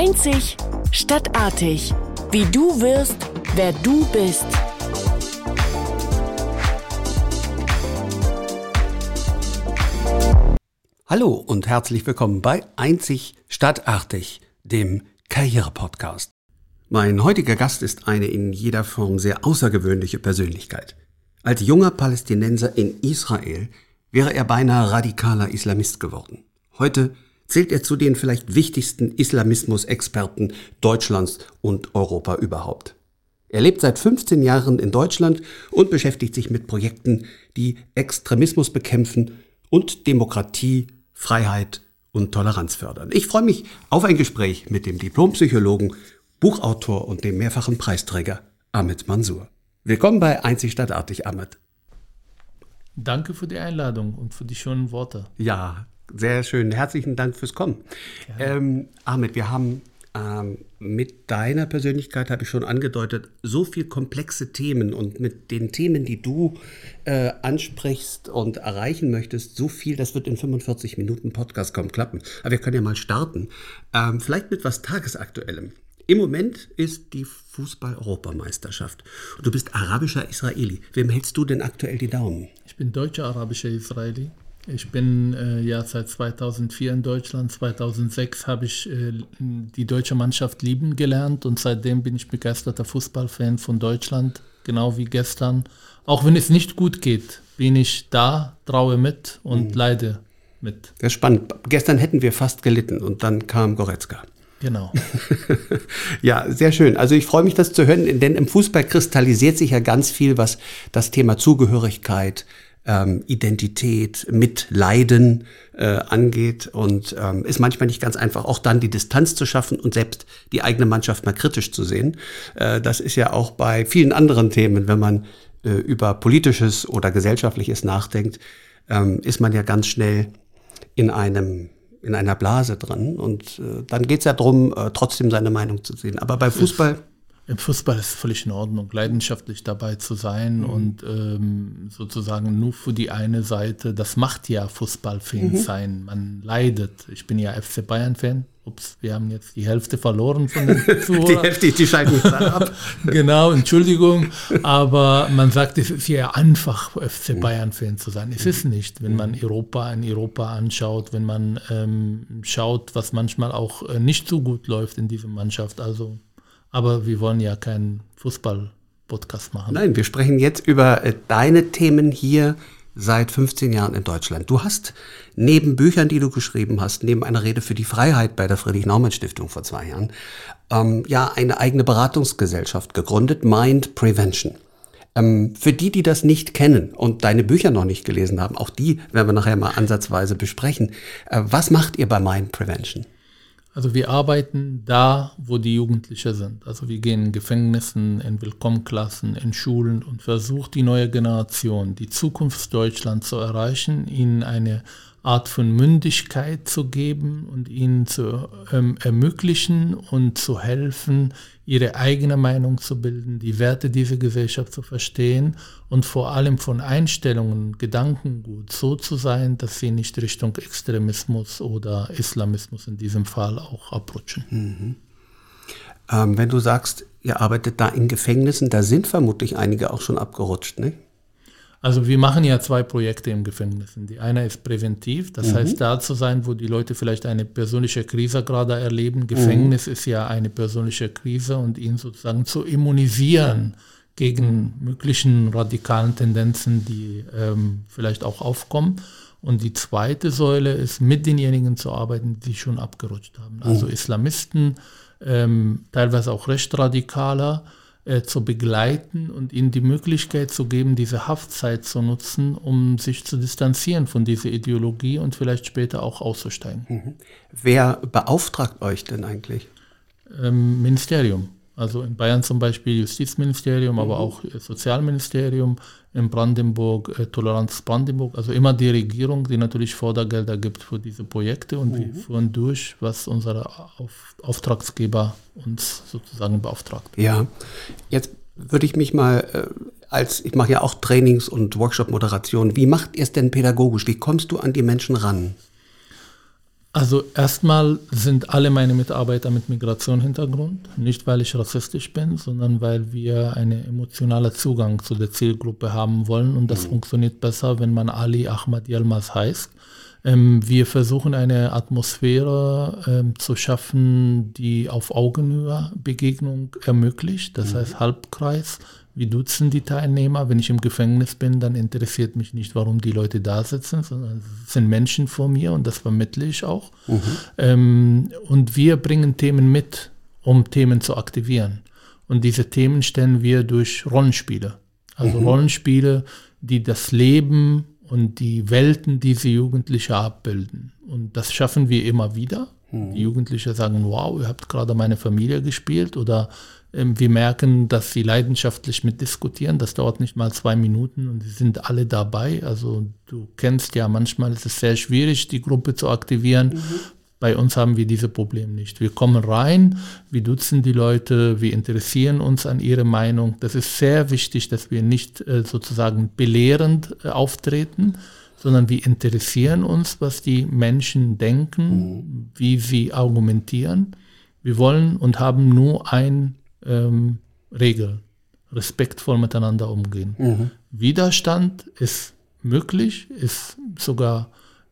Einzig stadtartig. Wie du wirst, wer du bist. Hallo und herzlich willkommen bei Einzig stadtartig, dem Karriere-Podcast. Mein heutiger Gast ist eine in jeder Form sehr außergewöhnliche Persönlichkeit. Als junger Palästinenser in Israel wäre er beinahe radikaler Islamist geworden. Heute zählt er zu den vielleicht wichtigsten Islamismus-Experten Deutschlands und Europa überhaupt. Er lebt seit 15 Jahren in Deutschland und beschäftigt sich mit Projekten, die Extremismus bekämpfen und Demokratie, Freiheit und Toleranz fördern. Ich freue mich auf ein Gespräch mit dem Diplompsychologen, Buchautor und dem mehrfachen Preisträger Ahmed Mansour. Willkommen bei Einzig stadtartig, Ahmed. Danke für die Einladung und für die schönen Worte. Ja, sehr schön. Herzlichen Dank fürs Kommen. Ahmed, wir haben mit deiner Persönlichkeit, habe ich schon angedeutet, so viel komplexe Themen und mit den Themen, die du ansprichst und erreichen möchtest, so viel, das wird in 45 Minuten Podcast kaum klappen. Aber wir können ja mal starten. Vielleicht mit was Tagesaktuellem. Im Moment ist die Fußball-Europameisterschaft. Du bist arabischer Israeli. Wem hältst du denn aktuell die Daumen? Ich bin deutscher arabischer Israeli. Ich bin seit 2004 in Deutschland. 2006 habe ich die deutsche Mannschaft lieben gelernt und seitdem bin ich begeisterter Fußballfan von Deutschland, genau wie gestern. Auch wenn es nicht gut geht, bin ich da, traue mit und leide mit. Das ist spannend. Gestern hätten wir fast gelitten und dann kam Goretzka. Genau. Ja, sehr schön. Also ich freue mich, das zu hören, denn im Fußball kristallisiert sich ja ganz viel, was das Thema Zugehörigkeit, Identität, Mitleiden angeht und ist manchmal nicht ganz einfach, auch dann die Distanz zu schaffen und selbst die eigene Mannschaft mal kritisch zu sehen. Das ist ja auch bei vielen anderen Themen, wenn man über Politisches oder Gesellschaftliches nachdenkt, ist man ja ganz schnell in einer Blase drin und dann geht es ja darum, trotzdem seine Meinung zu sehen. Aber bei Fußball... Im Fußball ist es völlig in Ordnung, leidenschaftlich dabei zu sein und sozusagen nur für die eine Seite. Das macht ja Fußballfan sein. Man leidet. Ich bin ja FC Bayern-Fan. Ups, wir haben jetzt die Hälfte verloren von den Zuhörern. die schalten jetzt ab. Genau, Entschuldigung. Aber man sagt, es ist ja einfach, FC Bayern-Fan zu sein. Es ist nicht, wenn man Europa anschaut, wenn man schaut, was manchmal auch nicht so gut läuft in dieser Mannschaft. Also aber wir wollen ja keinen Fußball-Podcast machen. Nein, wir sprechen jetzt über deine Themen hier seit 15 Jahren in Deutschland. Du hast neben Büchern, die du geschrieben hast, neben einer Rede für die Freiheit bei der Friedrich-Naumann-Stiftung vor 2 Jahren, eine eigene Beratungsgesellschaft gegründet, Mind Prevention. Für die das nicht kennen und deine Bücher noch nicht gelesen haben, auch die werden wir nachher mal ansatzweise besprechen. Was macht ihr bei Mind Prevention? Also wir arbeiten da, wo die Jugendlichen sind. Also wir gehen in Gefängnissen, in Willkommenklassen, in Schulen und versuchen die neue Generation, die Zukunft Deutschlands zu erreichen, ihnen eine Art von Mündigkeit zu geben und ihnen zu ermöglichen und zu helfen, ihre eigene Meinung zu bilden, die Werte dieser Gesellschaft zu verstehen und vor allem von Einstellungen, Gedankengut so zu sein, dass sie nicht Richtung Extremismus oder Islamismus in diesem Fall auch abrutschen. Wenn du sagst, ihr arbeitet da in Gefängnissen, da sind vermutlich einige auch schon abgerutscht, ne? Also wir machen ja 2 Projekte im Gefängnis. Die eine ist präventiv, das heißt da zu sein, wo die Leute vielleicht eine persönliche Krise gerade erleben. Gefängnis ist ja eine persönliche Krise und ihn sozusagen zu immunisieren gegen möglichen radikalen Tendenzen, die vielleicht auch aufkommen. Und die zweite Säule ist, mit denjenigen zu arbeiten, die schon abgerutscht haben. Also Islamisten, teilweise auch rechtsradikaler, zu begleiten und ihnen die Möglichkeit zu geben, diese Haftzeit zu nutzen, um sich zu distanzieren von dieser Ideologie und vielleicht später auch auszusteigen. Wer beauftragt euch denn eigentlich? Ministerium. Also in Bayern zum Beispiel Justizministerium, aber auch Sozialministerium, in Brandenburg Toleranz Brandenburg. Also immer die Regierung, die natürlich Fördergelder gibt für diese Projekte und wir führen durch, was unsere Auftragsgeber uns sozusagen beauftragt. Ja, jetzt würde ich mich mal, ich mache ja auch Trainings- und Workshop-Moderation, wie macht ihr es denn pädagogisch? Wie kommst du an die Menschen ran? Also erstmal sind alle meine Mitarbeiter mit Migrationshintergrund, nicht weil ich rassistisch bin, sondern weil wir einen emotionalen Zugang zu der Zielgruppe haben wollen und das funktioniert besser, wenn man Ali Ahmad Yilmaz heißt. Wir versuchen eine Atmosphäre zu schaffen, die auf Augenhöhe Begegnung ermöglicht, das heißt Halbkreis. Wir duzen die Teilnehmer. Wenn ich im Gefängnis bin, dann interessiert mich nicht, warum die Leute da sitzen, sondern es sind Menschen vor mir und das vermittle ich auch. Und wir bringen Themen mit, um Themen zu aktivieren. Und diese Themen stellen wir durch Rollenspiele. Also Rollenspiele, die das Leben und die Welten dieser Jugendlichen abbilden. Und das schaffen wir immer wieder. Die Jugendlichen sagen, wow, ihr habt gerade meine Familie gespielt, oder wir merken, dass sie leidenschaftlich mitdiskutieren. Das dauert nicht mal 2 Minuten und sie sind alle dabei. Also du kennst ja, manchmal ist es sehr schwierig, die Gruppe zu aktivieren. Bei uns haben wir diese Probleme nicht. Wir kommen rein, wir duzen die Leute, wir interessieren uns an ihre Meinung. Das ist sehr wichtig, dass wir nicht sozusagen belehrend auftreten, sondern wir interessieren uns, was die Menschen denken, wie sie argumentieren. Wir wollen und haben nur ein Regel, respektvoll miteinander umgehen. Widerstand ist möglich, ist sogar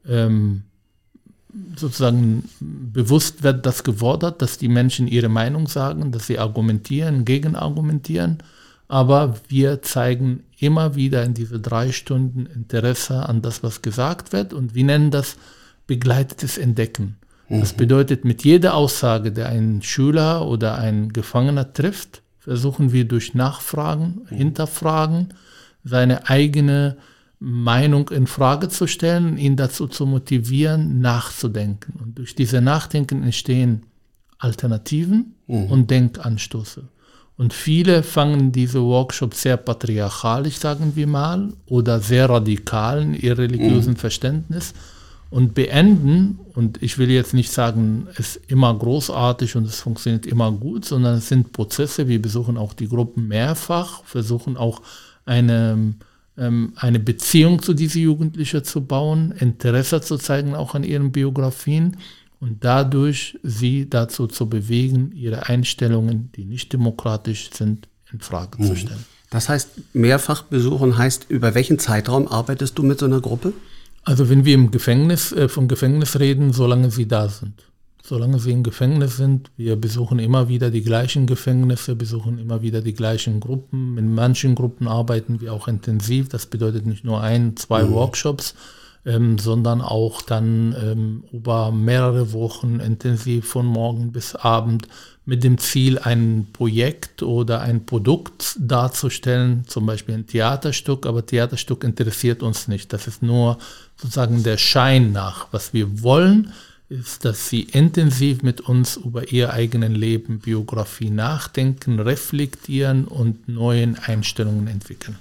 sozusagen bewusst wird das gefordert, dass die Menschen ihre Meinung sagen, dass sie argumentieren, gegenargumentieren, aber wir zeigen immer wieder in diese 3 Stunden Interesse an das, was gesagt wird, und wir nennen das begleitetes Entdecken. Das bedeutet, mit jeder Aussage, der ein Schüler oder ein Gefangener trifft, versuchen wir durch Nachfragen, Hinterfragen, seine eigene Meinung in Frage zu stellen, ihn dazu zu motivieren, nachzudenken. Und durch diese Nachdenken entstehen Alternativen und Denkanstöße. Und viele fangen diese Workshops sehr patriarchalisch, sagen wir mal, oder sehr radikal in ihr religiösen Verständnis und beenden, und ich will jetzt nicht sagen, es ist immer großartig und es funktioniert immer gut, sondern es sind Prozesse. Wir besuchen auch die Gruppen mehrfach, versuchen auch eine Beziehung zu diesen Jugendlichen zu bauen, Interesse zu zeigen auch an ihren Biografien und dadurch sie dazu zu bewegen, ihre Einstellungen, die nicht demokratisch sind, in Frage zu stellen. Das heißt, mehrfach besuchen heißt, über welchen Zeitraum arbeitest du mit so einer Gruppe? Also wenn wir im Gefängnis, vom Gefängnis reden, solange sie da sind. Solange sie im Gefängnis sind, wir besuchen immer wieder die gleichen Gefängnisse, besuchen immer wieder die gleichen Gruppen. In manchen Gruppen arbeiten wir auch intensiv. Das bedeutet nicht nur 1, 2 Workshops, sondern auch dann über mehrere Wochen intensiv von morgen bis Abend mit dem Ziel, ein Projekt oder ein Produkt darzustellen, zum Beispiel ein Theaterstück, aber Theaterstück interessiert uns nicht. Das ist nur sozusagen der Schein nach. Was wir wollen, ist, dass sie intensiv mit uns über ihr eigenes Leben, Biografie nachdenken, reflektieren und neue Einstellungen entwickeln.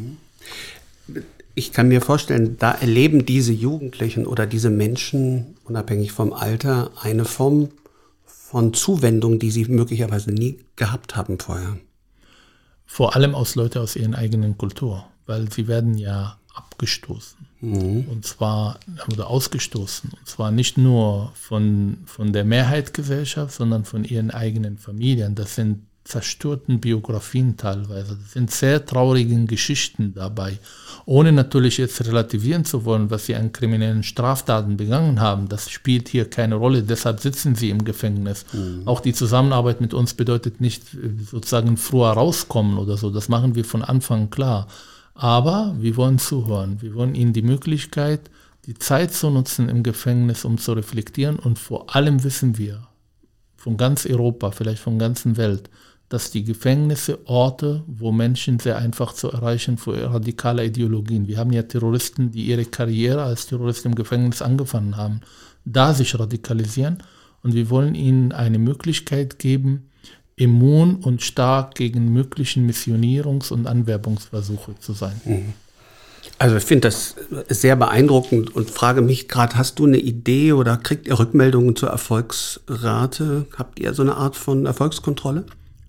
Ich kann mir vorstellen, da erleben diese Jugendlichen oder diese Menschen, unabhängig vom Alter, eine Form von Zuwendung, die sie möglicherweise nie gehabt haben vorher. Vor allem aus Leuten aus ihrer eigenen Kultur, weil sie werden ja abgestoßen. Und zwar, oder ausgestoßen. Und zwar nicht nur von der Mehrheitsgesellschaft, sondern von ihren eigenen Familien. Das sind zerstörten Biografien teilweise. Das sind sehr traurige Geschichten dabei. Ohne natürlich jetzt relativieren zu wollen, was sie an kriminellen Straftaten begangen haben. Das spielt hier keine Rolle. Deshalb sitzen sie im Gefängnis. Auch die Zusammenarbeit mit uns bedeutet nicht sozusagen früher rauskommen oder so. Das machen wir von Anfang klar. Aber wir wollen zuhören. Wir wollen ihnen die Möglichkeit, die Zeit zu nutzen im Gefängnis, um zu reflektieren. Und vor allem wissen wir von ganz Europa, vielleicht von der ganzen Welt, dass die Gefängnisse Orte, wo Menschen sehr einfach zu erreichen für radikale Ideologien. Wir haben ja Terroristen, die ihre Karriere als Terroristen im Gefängnis angefangen haben, da sich radikalisieren. Und wir wollen ihnen eine Möglichkeit geben, immun und stark gegen möglichen Missionierungs- und Anwerbungsversuche zu sein. Also ich finde das sehr beeindruckend und frage mich gerade, hast du eine Idee oder kriegt ihr Rückmeldungen zur Erfolgsrate? Habt ihr so eine Art von Erfolgskontrolle?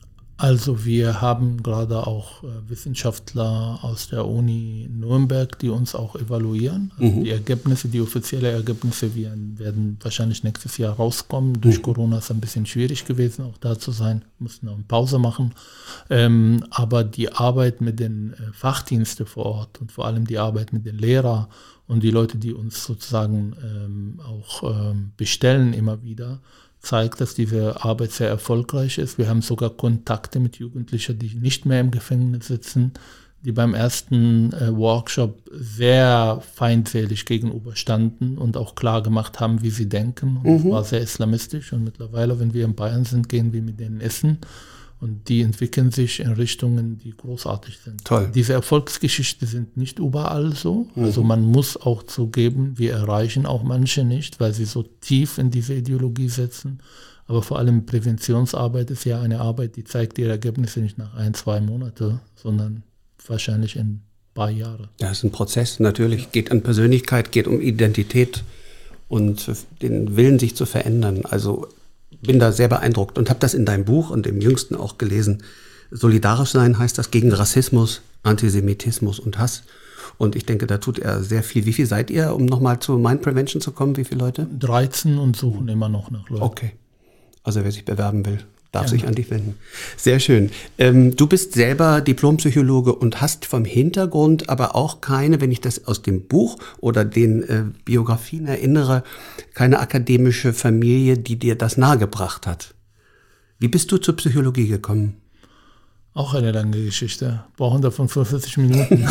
Also wir haben gerade auch Wissenschaftler aus der Uni Nürnberg, die uns auch evaluieren. Also die Ergebnisse, die offiziellen Ergebnisse werden wahrscheinlich nächstes Jahr rauskommen. Durch Corona ist es ein bisschen schwierig gewesen, auch da zu sein. Wir mussten auch eine Pause machen. Aber die Arbeit mit den Fachdiensten vor Ort und vor allem die Arbeit mit den Lehrern und die Leute, die uns sozusagen auch bestellen immer wieder, zeigt, dass diese Arbeit sehr erfolgreich ist. Wir haben sogar Kontakte mit Jugendlichen, die nicht mehr im Gefängnis sitzen, die beim ersten Workshop sehr feindselig gegenüberstanden und auch klar gemacht haben, wie sie denken. Und das war sehr islamistisch. Und mittlerweile, wenn wir in Bayern sind, gehen wir mit denen essen. Und die entwickeln sich in Richtungen, die großartig sind. Toll. Diese Erfolgsgeschichten sind nicht überall so. Also man muss auch zugeben, wir erreichen auch manche nicht, weil sie so tief in diese Ideologie setzen. Aber vor allem Präventionsarbeit ist ja eine Arbeit, die zeigt ihre Ergebnisse nicht nach 1-2 Monaten, sondern wahrscheinlich in ein paar Jahren. Ja, es ist ein Prozess, natürlich. Geht an Persönlichkeit, geht um Identität und den Willen, sich zu verändern. Also bin da sehr beeindruckt und habe das in deinem Buch und im jüngsten auch gelesen. Solidarisch sein heißt das gegen Rassismus, Antisemitismus und Hass. Und ich denke, da tut er sehr viel. Wie viel seid ihr, um nochmal zu Mind Prevention zu kommen? Wie viele Leute? 13 und suchen immer noch nach Leuten. Okay. Also wer sich bewerben will, darf sich an dich wenden. Sehr schön. Du bist selber Diplompsychologe und hast vom Hintergrund aber auch keine, wenn ich das aus dem Buch oder den Biografien erinnere, keine akademische Familie, die dir das nahegebracht hat. Wie bist du zur Psychologie gekommen? Auch eine lange Geschichte. Brauchen davon 45 Minuten.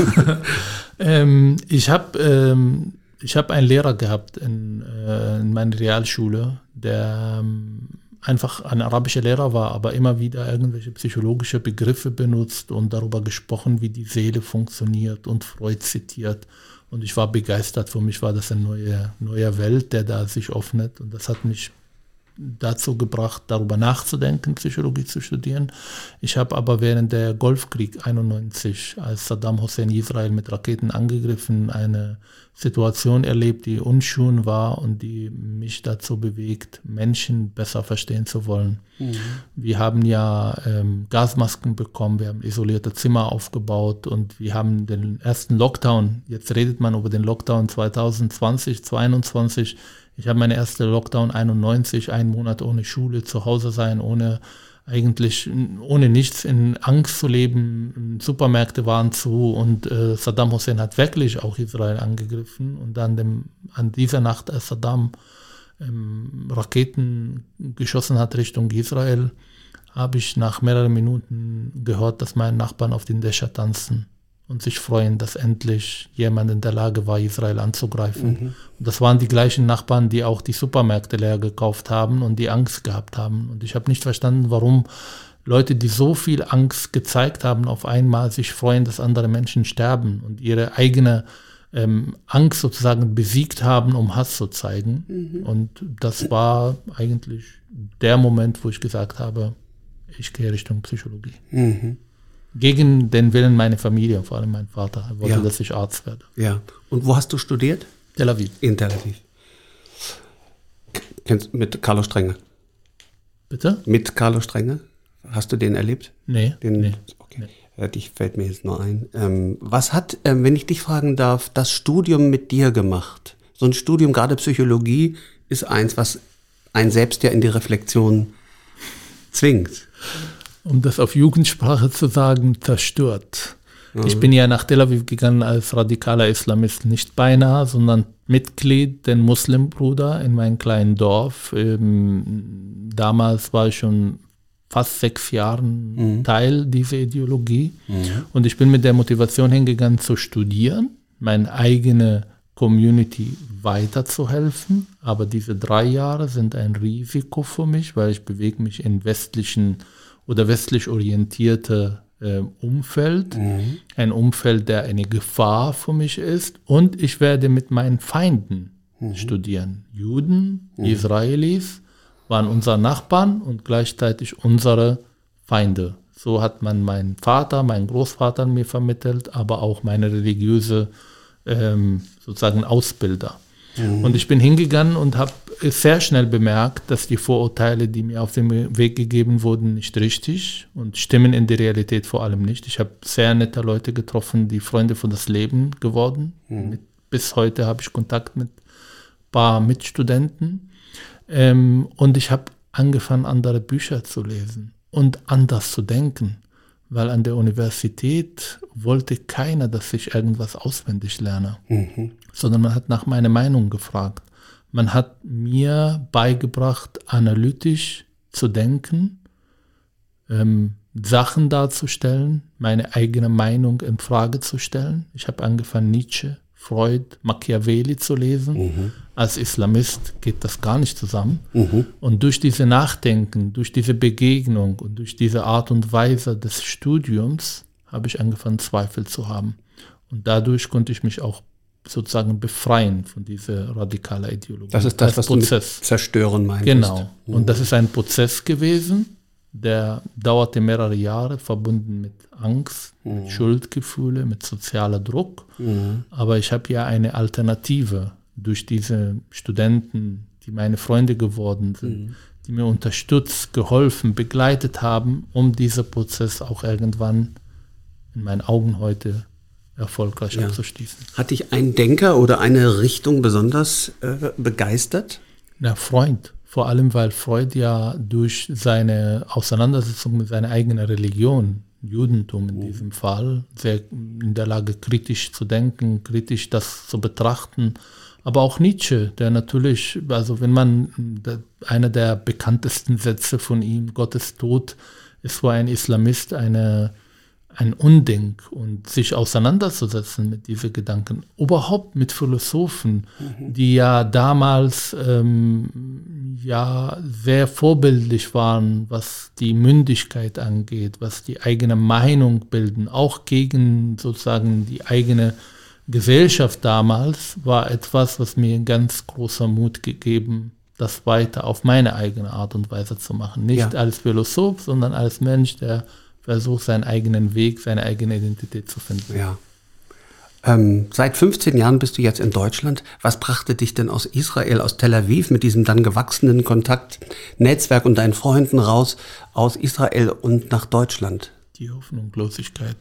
Ich habe einen Lehrer gehabt in meiner Realschule, der einfach ein arabischer Lehrer war, aber immer wieder irgendwelche psychologische Begriffe benutzt und darüber gesprochen, wie die Seele funktioniert und Freud zitiert. Und ich war begeistert. Für mich war das eine neue Welt, der da sich öffnet. Und das hat mich dazu gebracht, darüber nachzudenken, Psychologie zu studieren. Ich habe aber während der Golfkrieg 91, als Saddam Hussein Israel mit Raketen angegriffen, eine Situation erlebt, die unschön war und die mich dazu bewegt, Menschen besser verstehen zu wollen. Wir haben ja Gasmasken bekommen, wir haben isolierte Zimmer aufgebaut und wir haben den ersten Lockdown, jetzt redet man über den Lockdown 2020, 2022. Ich habe meine erste Lockdown 91, einen Monat ohne Schule, zu Hause sein, ohne nichts, in Angst zu leben. Supermärkte waren zu und Saddam Hussein hat wirklich auch Israel angegriffen. Und dann an dieser Nacht, als Saddam Raketen geschossen hat Richtung Israel, habe ich nach mehreren Minuten gehört, dass meine Nachbarn auf den Dächern tanzen und sich freuen, dass endlich jemand in der Lage war, Israel anzugreifen. Und das waren die gleichen Nachbarn, die auch die Supermärkte leer gekauft haben und die Angst gehabt haben. Und ich habe nicht verstanden, warum Leute, die so viel Angst gezeigt haben, auf einmal sich freuen, dass andere Menschen sterben und ihre eigene Angst sozusagen besiegt haben, um Hass zu zeigen. Und das war eigentlich der Moment, wo ich gesagt habe, ich gehe Richtung Psychologie. Gegen den Willen meiner Familie, vor allem mein Vater. Er wollte, dass ich Arzt werde. Ja. Und wo hast du studiert? Tel Aviv. In Tel Aviv. Kennst du mit Carlo Strenge? Bitte? Mit Carlo Strenge? Hast du den erlebt? Nee. Okay. Nee. Dich fällt mir jetzt nur ein. Was hat, wenn ich dich fragen darf, das Studium mit dir gemacht? So ein Studium, gerade Psychologie, ist eins, was einen selbst ja in die Reflexion zwingt. Um das auf Jugendsprache zu sagen, zerstört. Ich bin ja nach Tel Aviv gegangen als radikaler Islamist, nicht beinahe, sondern Mitglied, den Muslimbruder in meinem kleinen Dorf. Damals war ich schon fast 6 Jahren Teil dieser Ideologie. Und ich bin mit der Motivation hingegangen zu studieren, meine eigene Community weiterzuhelfen. Aber diese 3 Jahre sind ein Risiko für mich, weil ich bewege mich in westlich orientierte Umfeld. Ein Umfeld, der eine Gefahr für mich ist. Und ich werde mit meinen Feinden studieren. Juden, Israelis waren unsere Nachbarn und gleichzeitig unsere Feinde. So hat man meinen Vater, meinen Großvater mir vermittelt, aber auch meine religiöse sozusagen Ausbilder. Und ich bin hingegangen und habe sehr schnell bemerkt, dass die Vorurteile, die mir auf dem Weg gegeben wurden, nicht richtig und stimmen in der Realität vor allem nicht. Ich habe sehr nette Leute getroffen, die Freunde von das Leben geworden. Bis heute habe ich Kontakt mit ein paar Mitstudenten. Und ich habe angefangen, andere Bücher zu lesen und anders zu denken. Weil an der Universität wollte keiner, dass ich irgendwas auswendig lerne, sondern man hat nach meiner Meinung gefragt. Man hat mir beigebracht, analytisch zu denken, Sachen darzustellen, meine eigene Meinung in Frage zu stellen. Ich habe angefangen, Nietzsche, Freud, Machiavelli zu lesen. Als Islamist geht das gar nicht zusammen. Und durch diese Nachdenken, durch diese Begegnung und durch diese Art und Weise des Studiums habe ich angefangen, Zweifel zu haben. Und dadurch konnte ich mich auch sozusagen befreien von dieser radikalen Ideologie. Das ist das, was Prozess. Du mit zerstören meinst. Genau. Und das ist ein Prozess gewesen, der dauerte mehrere Jahre, verbunden mit Angst, mit Schuldgefühle, mit sozialer Druck. Aber ich habe ja eine Alternative durch diese Studenten, die meine Freunde geworden sind, die mir unterstützt, geholfen, begleitet haben, um diesen Prozess auch irgendwann in meinen Augen heute erfolgreich abzuschließen. Hat dich ein Denker oder eine Richtung besonders begeistert? Na, Freud. Vor allem, weil Freud ja durch seine Auseinandersetzung mit seiner eigenen Religion, Judentum in diesem Fall, sehr in der Lage, kritisch zu denken, kritisch das zu betrachten. Aber auch Nietzsche, der natürlich, also wenn man, einer der bekanntesten Sätze von ihm, Gottes Tod, ist für einen Islamist ein Unding, und sich auseinanderzusetzen mit diesen Gedanken, überhaupt mit Philosophen, die ja damals sehr vorbildlich waren, was die Mündigkeit angeht, was die eigene Meinung bilden, auch gegen sozusagen die eigene Gesellschaft damals, war etwas, was mir ganz großer Mut gegeben, das weiter auf meine eigene Art und Weise zu machen. Nicht als Philosoph, sondern als Mensch, der versucht, seinen eigenen Weg, seine eigene Identität zu finden. Ja. Seit 15 Jahren bist du jetzt in Deutschland. Was brachte dich denn aus Israel, aus Tel Aviv, mit diesem dann gewachsenen Kontaktnetzwerk und deinen Freunden raus aus Israel und nach Deutschland? Die Hoffnungslosigkeit.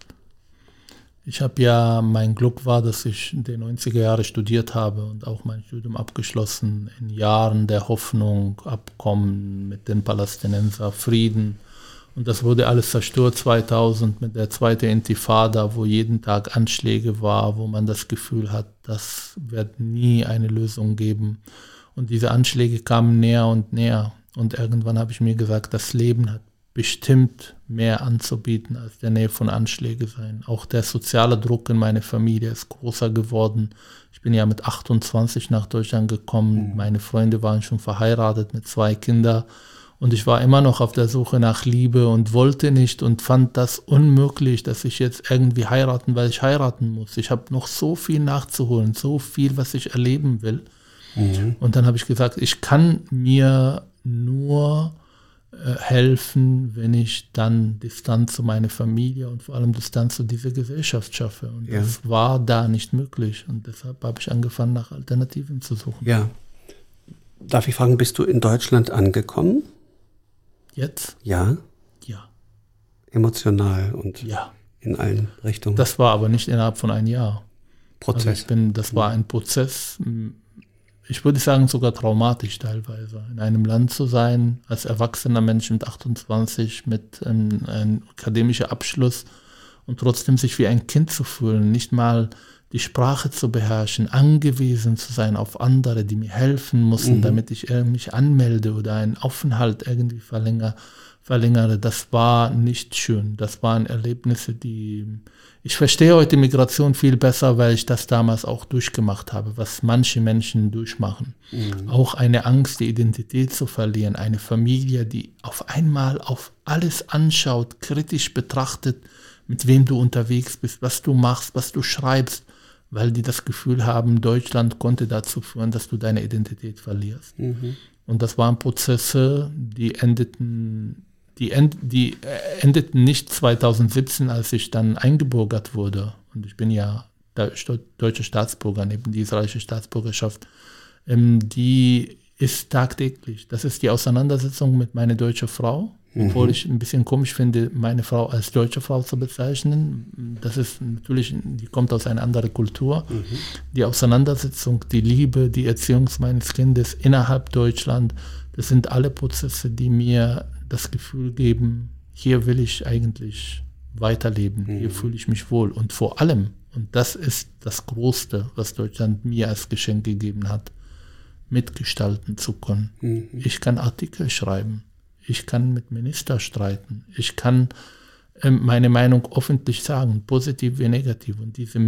Ich habe ja, mein Glück war, dass ich in den 90er Jahren studiert habe und auch mein Studium abgeschlossen, in Jahren der Hoffnung, Abkommen mit den Palästinensern, Frieden. Und das wurde alles zerstört 2000 mit der zweiten Intifada, wo jeden Tag Anschläge war, wo man das Gefühl hat, das wird nie eine Lösung geben. Und diese Anschläge kamen näher und näher. Und irgendwann habe ich mir gesagt, das Leben hat bestimmt mehr anzubieten als der Nähe von Anschlägen sein. Auch der soziale Druck in meiner Familie ist größer geworden. Ich bin ja mit 28 nach Deutschland gekommen. Meine Freunde waren schon verheiratet mit 2 Kindern. Und ich war immer noch auf der Suche nach Liebe und wollte nicht und fand das unmöglich, dass ich jetzt irgendwie heiraten, weil ich heiraten muss. Ich habe noch so viel nachzuholen, so viel, was ich erleben will. Und dann habe ich gesagt, ich kann mir nur helfen, wenn ich dann Distanz zu meiner Familie und vor allem Distanz zu dieser Gesellschaft schaffe. Und das war da nicht möglich. Und deshalb habe ich angefangen, nach Alternativen zu suchen. Ja. Darf ich fragen, bist du in Deutschland angekommen? Jetzt? Ja. Ja. Emotional und in allen Richtungen. Das war aber nicht innerhalb von einem Jahr. Prozess. Also das war ein Prozess, ich würde sagen sogar traumatisch teilweise. In einem Land zu sein, als erwachsener Mensch mit 28, mit einem akademischen Abschluss und trotzdem sich wie ein Kind zu fühlen, nicht mal die Sprache zu beherrschen, angewiesen zu sein auf andere, die mir helfen mussten, damit ich mich anmelde oder einen Aufenthalt irgendwie verlängere. Das war nicht schön. Das waren Erlebnisse, ich verstehe heute Migration viel besser, weil ich das damals auch durchgemacht habe, was manche Menschen durchmachen. Auch eine Angst, die Identität zu verlieren, eine Familie, die auf einmal auf alles anschaut, kritisch betrachtet, mit wem du unterwegs bist, was du machst, was du schreibst, weil die das Gefühl haben, Deutschland konnte dazu führen, dass du deine Identität verlierst. Und das waren Prozesse, die endeten nicht 2017, als ich dann eingebürgert wurde. Und ich bin ja deutscher Staatsbürger neben die israelische Staatsbürgerschaft. Die ist tagtäglich. Das ist die Auseinandersetzung mit meiner deutschen Frau, obwohl ich ein bisschen komisch finde, meine Frau als deutsche Frau zu bezeichnen. Das ist natürlich, die kommt aus einer anderen Kultur. Die Auseinandersetzung, die Liebe, die Erziehung meines Kindes innerhalb Deutschland, das sind alle Prozesse, die mir das Gefühl geben, hier will ich eigentlich weiterleben, hier fühle ich mich wohl. Und vor allem, und das ist das Größte, was Deutschland mir als Geschenk gegeben hat, mitgestalten zu können. Ich kann Artikel schreiben, ich kann mit Ministern streiten, ich kann meine Meinung öffentlich sagen, positiv wie negativ. Und diese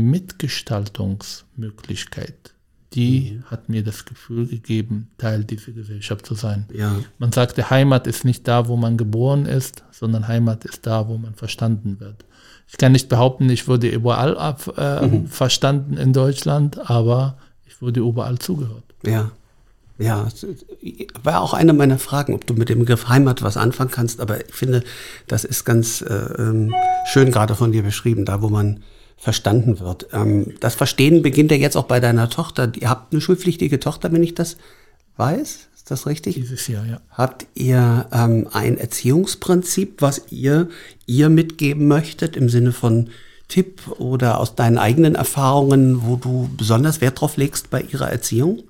Mitgestaltungsmöglichkeit, die hat mir das Gefühl gegeben, Teil dieser Gesellschaft zu sein. Ja. Man sagte, Heimat ist nicht da, wo man geboren ist, sondern Heimat ist da, wo man verstanden wird. Ich kann nicht behaupten, ich wurde überall verstanden in Deutschland, aber ich wurde überall zugehört. Ja. Ja, war auch eine meiner Fragen, ob du mit dem Begriff Heimat was anfangen kannst, aber ich finde, das ist ganz schön gerade von dir beschrieben, da wo man verstanden wird. Das Verstehen beginnt ja jetzt auch bei deiner Tochter. Ihr habt eine schulpflichtige Tochter, wenn ich das weiß. Ist das richtig? Dieses Jahr, ja. Habt ihr ein Erziehungsprinzip, was ihr mitgeben möchtet, im Sinne von Tipp oder aus deinen eigenen Erfahrungen, wo du besonders Wert drauf legst bei ihrer Erziehung?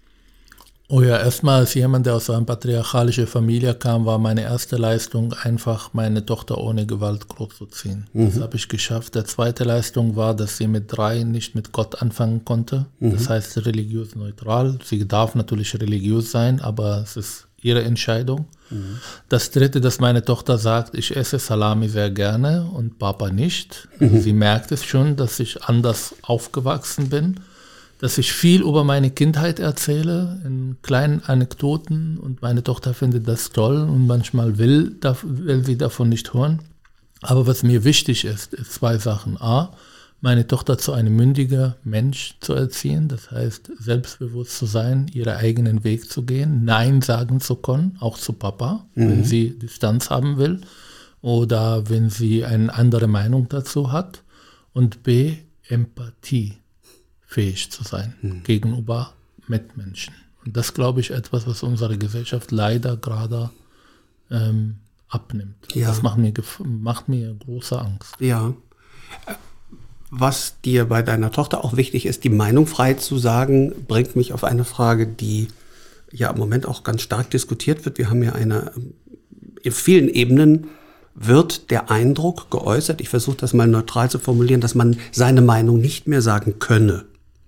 Oh ja, erstmal als jemand, der aus einer patriarchalischen Familie kam, war meine erste Leistung einfach, meine Tochter ohne Gewalt großzuziehen. Das habe ich geschafft. Der zweite Leistung war, dass sie mit 3 nicht mit Gott anfangen konnte. Das heißt religiös neutral. Sie darf natürlich religiös sein, aber es ist ihre Entscheidung. Das dritte, dass meine Tochter sagt, ich esse Salami sehr gerne und Papa nicht. Sie merkt es schon, dass ich anders aufgewachsen bin. Dass ich viel über meine Kindheit erzähle, in kleinen Anekdoten, und meine Tochter findet das toll und manchmal will sie davon nicht hören. Aber was mir wichtig ist 2 Sachen. A, meine Tochter zu einem mündigen Mensch zu erziehen, das heißt selbstbewusst zu sein, ihren eigenen Weg zu gehen, Nein sagen zu können, auch zu Papa, wenn sie Distanz haben will oder wenn sie eine andere Meinung dazu hat. Und B, Empathie. Fähig zu sein gegenüber Mitmenschen. Und das, glaube ich, etwas, was unsere Gesellschaft leider gerade abnimmt. Ja. Das macht mir große Angst. Ja. Was dir bei deiner Tochter auch wichtig ist, die Meinung frei zu sagen, bringt mich auf eine Frage, die ja im Moment auch ganz stark diskutiert wird. Wir haben ja in vielen Ebenen wird der Eindruck geäußert, ich versuche das mal neutral zu formulieren, dass man seine Meinung nicht mehr sagen könne.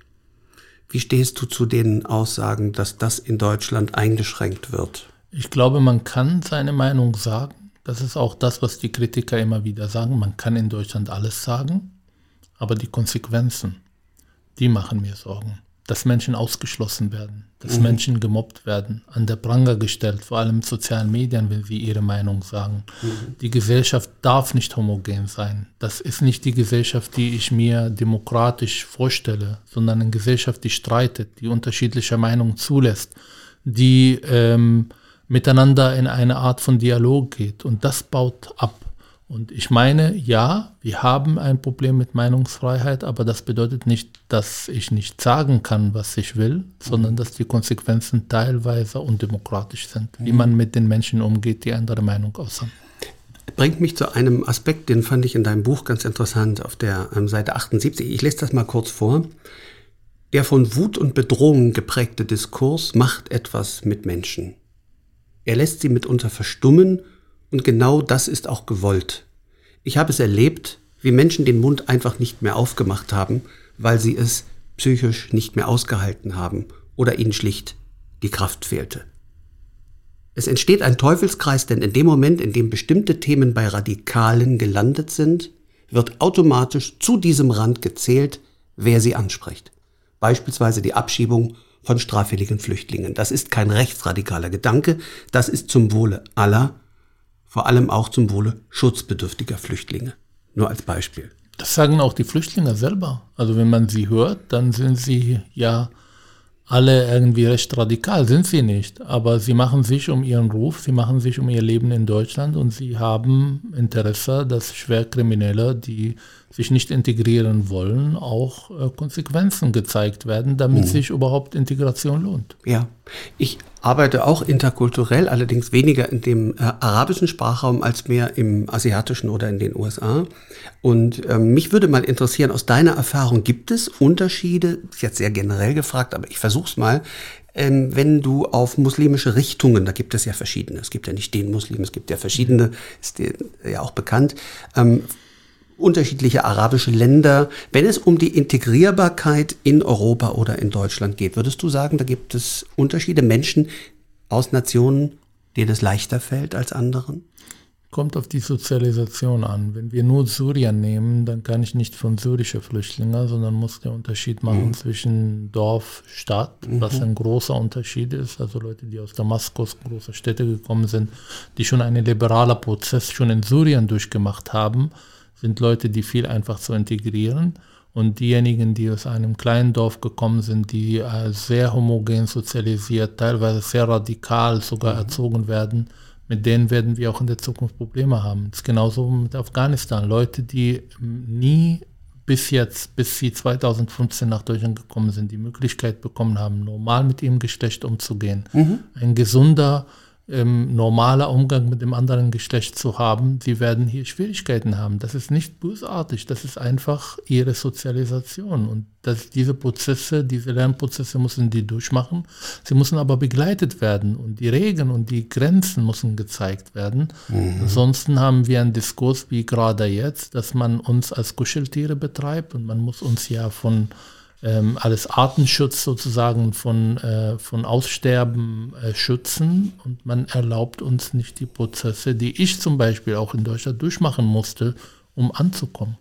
Wie stehst du zu den Aussagen, dass das in Deutschland eingeschränkt wird? Ich glaube, man kann seine Meinung sagen. Das ist auch das, was die Kritiker immer wieder sagen. Man kann in Deutschland alles sagen, aber die Konsequenzen, die machen mir Sorgen. Dass Menschen ausgeschlossen werden, dass Menschen gemobbt werden, an der Pranger gestellt, vor allem in sozialen Medien, wenn sie ihre Meinung sagen. Die Gesellschaft darf nicht homogen sein. Das ist nicht die Gesellschaft, die ich mir demokratisch vorstelle, sondern eine Gesellschaft, die streitet, die unterschiedliche Meinungen zulässt, die miteinander in eine Art von Dialog geht. Und das baut ab. Und ich meine, ja, wir haben ein Problem mit Meinungsfreiheit, aber das bedeutet nicht, dass ich nicht sagen kann, was ich will, sondern dass die Konsequenzen teilweise undemokratisch sind, wie man mit den Menschen umgeht, die andere Meinung äußern. Bringt mich zu einem Aspekt, den fand ich in deinem Buch ganz interessant, auf der Seite 78. Ich lese das mal kurz vor. Der von Wut und Bedrohung geprägte Diskurs macht etwas mit Menschen. Er lässt sie mitunter verstummen, und genau das ist auch gewollt. Ich habe es erlebt, wie Menschen den Mund einfach nicht mehr aufgemacht haben, weil sie es psychisch nicht mehr ausgehalten haben oder ihnen schlicht die Kraft fehlte. Es entsteht ein Teufelskreis, denn in dem Moment, in dem bestimmte Themen bei Radikalen gelandet sind, wird automatisch zu diesem Rand gezählt, wer sie anspricht. Beispielsweise die Abschiebung von straffälligen Flüchtlingen. Das ist kein rechtsradikaler Gedanke, das ist zum Wohle aller, vor allem auch zum Wohle schutzbedürftiger Flüchtlinge. Nur als Beispiel. Das sagen auch die Flüchtlinge selber. Also wenn man sie hört, dann sind sie ja alle irgendwie recht radikal, sind sie nicht. Aber sie machen sich um ihren Ruf, sie machen sich um ihr Leben in Deutschland und sie haben Interesse, dass Schwerkriminelle, die sich nicht integrieren wollen, auch Konsequenzen gezeigt werden, damit sich überhaupt Integration lohnt. Ja, ich arbeite auch interkulturell, allerdings weniger in dem arabischen Sprachraum als mehr im asiatischen oder in den USA. Und mich würde mal interessieren, aus deiner Erfahrung, gibt es Unterschiede, ist jetzt sehr generell gefragt, aber ich versuch's mal, wenn du auf muslimische Richtungen, da gibt es ja verschiedene, es gibt ja nicht den Muslim, es gibt ja verschiedene, ist dir ja auch bekannt, unterschiedliche arabische Länder. Wenn es um die Integrierbarkeit in Europa oder in Deutschland geht, würdest du sagen, da gibt es Unterschiede, Menschen aus Nationen, denen es leichter fällt als anderen? Kommt auf die Sozialisation an. Wenn wir nur Syrien nehmen, dann kann ich nicht von syrischen Flüchtlingen, sondern muss der Unterschied machen zwischen Dorf, Stadt, was ein großer Unterschied ist. Also Leute, die aus Damaskus, große Städte gekommen sind, die schon einen liberalen Prozess schon in Syrien durchgemacht haben, sind Leute, die viel einfach zu integrieren. Und diejenigen, die aus einem kleinen Dorf gekommen sind, die sehr homogen sozialisiert, teilweise sehr radikal sogar erzogen werden, mit denen werden wir auch in der Zukunft Probleme haben. Das ist genauso mit Afghanistan. Leute, die nie bis sie 2015 nach Deutschland gekommen sind, die Möglichkeit bekommen haben, normal mit ihrem Geschlecht umzugehen. Ein gesunder, normaler Umgang mit dem anderen Geschlecht zu haben, sie werden hier Schwierigkeiten haben. Das ist nicht bösartig, das ist einfach ihre Sozialisation. Und diese Lernprozesse müssen die durchmachen. Sie müssen aber begleitet werden und die Regeln und die Grenzen müssen gezeigt werden. Ansonsten haben wir einen Diskurs wie gerade jetzt, dass man uns als Kuscheltiere betreibt und man muss uns ja von alles Artenschutz sozusagen von Aussterben schützen und man erlaubt uns nicht die Prozesse, die ich zum Beispiel auch in Deutschland durchmachen musste, um anzukommen.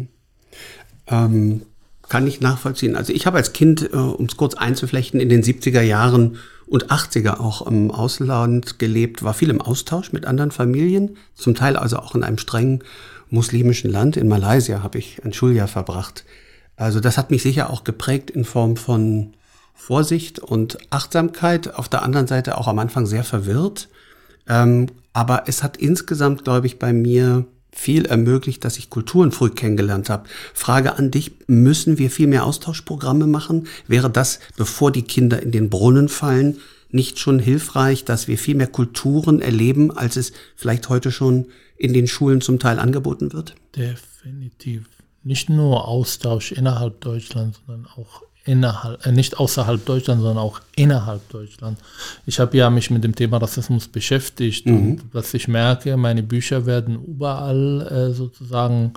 Kann ich nachvollziehen. Also ich habe als Kind, um es kurz einzuflechten, in den 70er Jahren und 80er auch im Ausland gelebt, war viel im Austausch mit anderen Familien, zum Teil also auch in einem streng muslimischen Land. In Malaysia habe ich ein Schuljahr verbracht. Also das hat mich sicher auch geprägt in Form von Vorsicht und Achtsamkeit. Auf der anderen Seite auch am Anfang sehr verwirrt. Aber es hat insgesamt, glaube ich, bei mir viel ermöglicht, dass ich Kulturen früh kennengelernt habe. Frage an dich, müssen wir viel mehr Austauschprogramme machen? Wäre das, bevor die Kinder in den Brunnen fallen, nicht schon hilfreich, dass wir viel mehr Kulturen erleben, als es vielleicht heute schon in den Schulen zum Teil angeboten wird? Definitiv. Nicht nur Austausch innerhalb Deutschlands, sondern auch nicht außerhalb Deutschlands, sondern auch innerhalb Deutschlands. Ich habe ja mich mit dem Thema Rassismus beschäftigt und was ich merke, meine Bücher werden überall sozusagen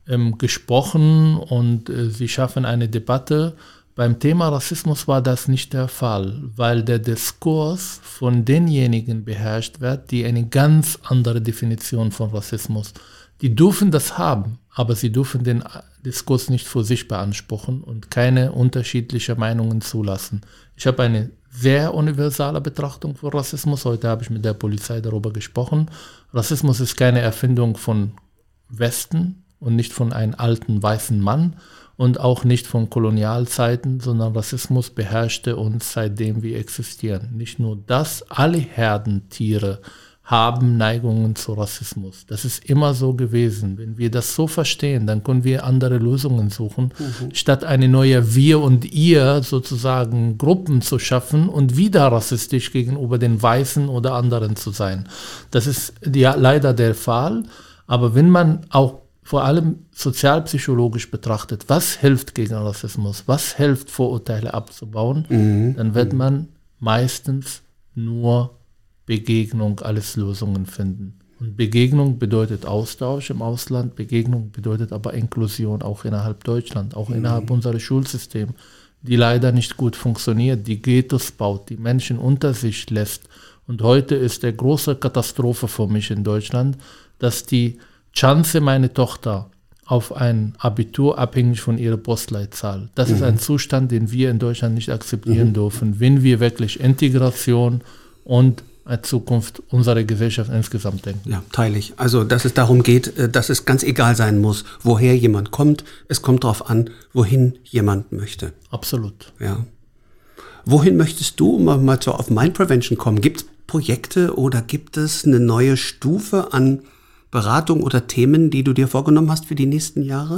gesprochen und sie schaffen eine Debatte. Beim Thema Rassismus war das nicht der Fall, weil der Diskurs von denjenigen beherrscht wird, die eine ganz andere Definition von Rassismus. Die dürfen das haben, aber sie dürfen den Diskurs nicht für sich beanspruchen und keine unterschiedlichen Meinungen zulassen. Ich habe eine sehr universale Betrachtung von Rassismus. Heute habe ich mit der Polizei darüber gesprochen. Rassismus ist keine Erfindung von Westen und nicht von einem alten weißen Mann und auch nicht von Kolonialzeiten, sondern Rassismus beherrschte uns, seitdem wir existieren. Nicht nur das, alle Herdentiere haben Neigungen zu Rassismus. Das ist immer so gewesen. Wenn wir das so verstehen, dann können wir andere Lösungen suchen, statt eine neue Wir und Ihr sozusagen Gruppen zu schaffen und wieder rassistisch gegenüber den Weißen oder anderen zu sein. Das ist ja leider der Fall. Aber wenn man auch vor allem sozialpsychologisch betrachtet, was hilft gegen Rassismus, was hilft, Vorurteile abzubauen, dann wird man meistens nur Begegnung als Lösungen finden. Und Begegnung bedeutet Austausch im Ausland, Begegnung bedeutet aber Inklusion auch innerhalb Deutschland, auch innerhalb unseres Schulsystems, die leider nicht gut funktioniert, die Ghettos baut, die Menschen unter sich lässt. Und heute ist der große Katastrophe für mich in Deutschland, dass die Chance meiner Tochter auf ein Abitur abhängig von ihrer Postleitzahl. Das ist ein Zustand, den wir in Deutschland nicht akzeptieren dürfen, wenn wir wirklich Integration und Zukunft unserer Gesellschaft insgesamt denken. Ja, teile ich. Also, dass es darum geht, dass es ganz egal sein muss, woher jemand kommt. Es kommt darauf an, wohin jemand möchte. Absolut. Ja. Wohin möchtest du, um mal so auf Mind Prevention kommen? Gibt es Projekte oder gibt es eine neue Stufe an Beratung oder Themen, die du dir vorgenommen hast für die nächsten Jahre?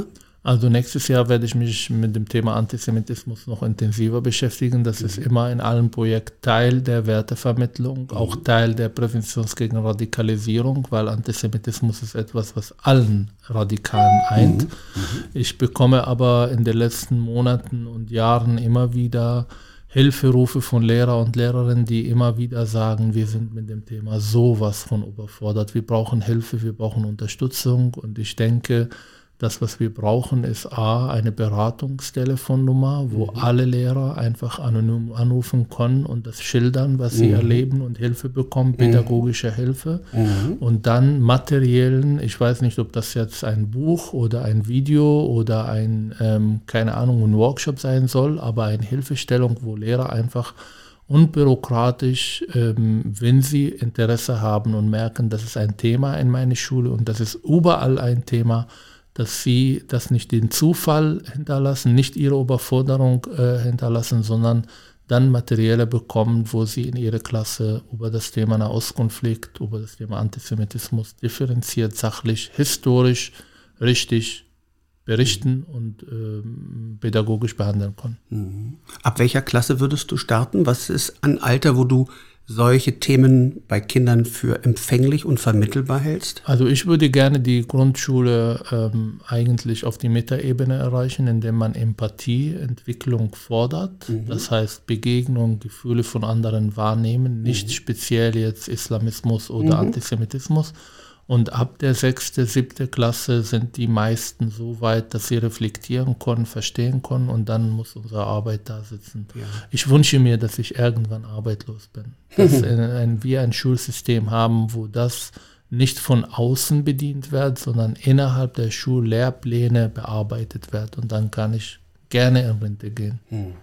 Also nächstes Jahr werde ich mich mit dem Thema Antisemitismus noch intensiver beschäftigen. Das ist immer in allen Projekten Teil der Wertevermittlung, auch Teil der Prävention gegen Radikalisierung, weil Antisemitismus ist etwas, was allen Radikalen eint. Ich bekomme aber in den letzten Monaten und Jahren immer wieder Hilferufe von Lehrer und Lehrerinnen, die immer wieder sagen, wir sind mit dem Thema sowas von überfordert. Wir brauchen Hilfe, wir brauchen Unterstützung. Und ich denke, das, was wir brauchen, ist A, eine Beratungstelefonnummer, wo alle Lehrer einfach anonym anrufen können und das schildern, was sie erleben und Hilfe bekommen, pädagogische Hilfe. Und dann materiellen, ich weiß nicht, ob das jetzt ein Buch oder ein Video oder ein, keine Ahnung, ein Workshop sein soll, aber eine Hilfestellung, wo Lehrer einfach unbürokratisch, wenn sie Interesse haben und merken, das ist ein Thema in meiner Schule und das ist überall ein Thema, dass sie das nicht den Zufall hinterlassen, nicht ihre Überforderung hinterlassen, sondern dann Materielle bekommen, wo sie in ihrer Klasse über das Thema Nahostkonflikt, über das Thema Antisemitismus differenziert, sachlich, historisch, richtig berichten und pädagogisch behandeln können. Ab welcher Klasse würdest du starten? Was ist ein Alter, wo du solche Themen bei Kindern für empfänglich und vermittelbar hältst? Also ich würde gerne die Grundschule eigentlich auf die Metaebene erreichen, indem man Empathieentwicklung fordert. Das heißt Begegnung, Gefühle von anderen wahrnehmen, nicht speziell jetzt Islamismus oder Antisemitismus. Und ab der 6., 7. Klasse sind die meisten so weit, dass sie reflektieren können, verstehen können und dann muss unsere Arbeit da sitzen. Ja. Ich wünsche mir, dass ich irgendwann arbeitslos bin. Dass wir ein Schulsystem haben, wo das nicht von außen bedient wird, sondern innerhalb der Schullehrpläne bearbeitet wird. Und dann kann ich gerne in Rente gehen.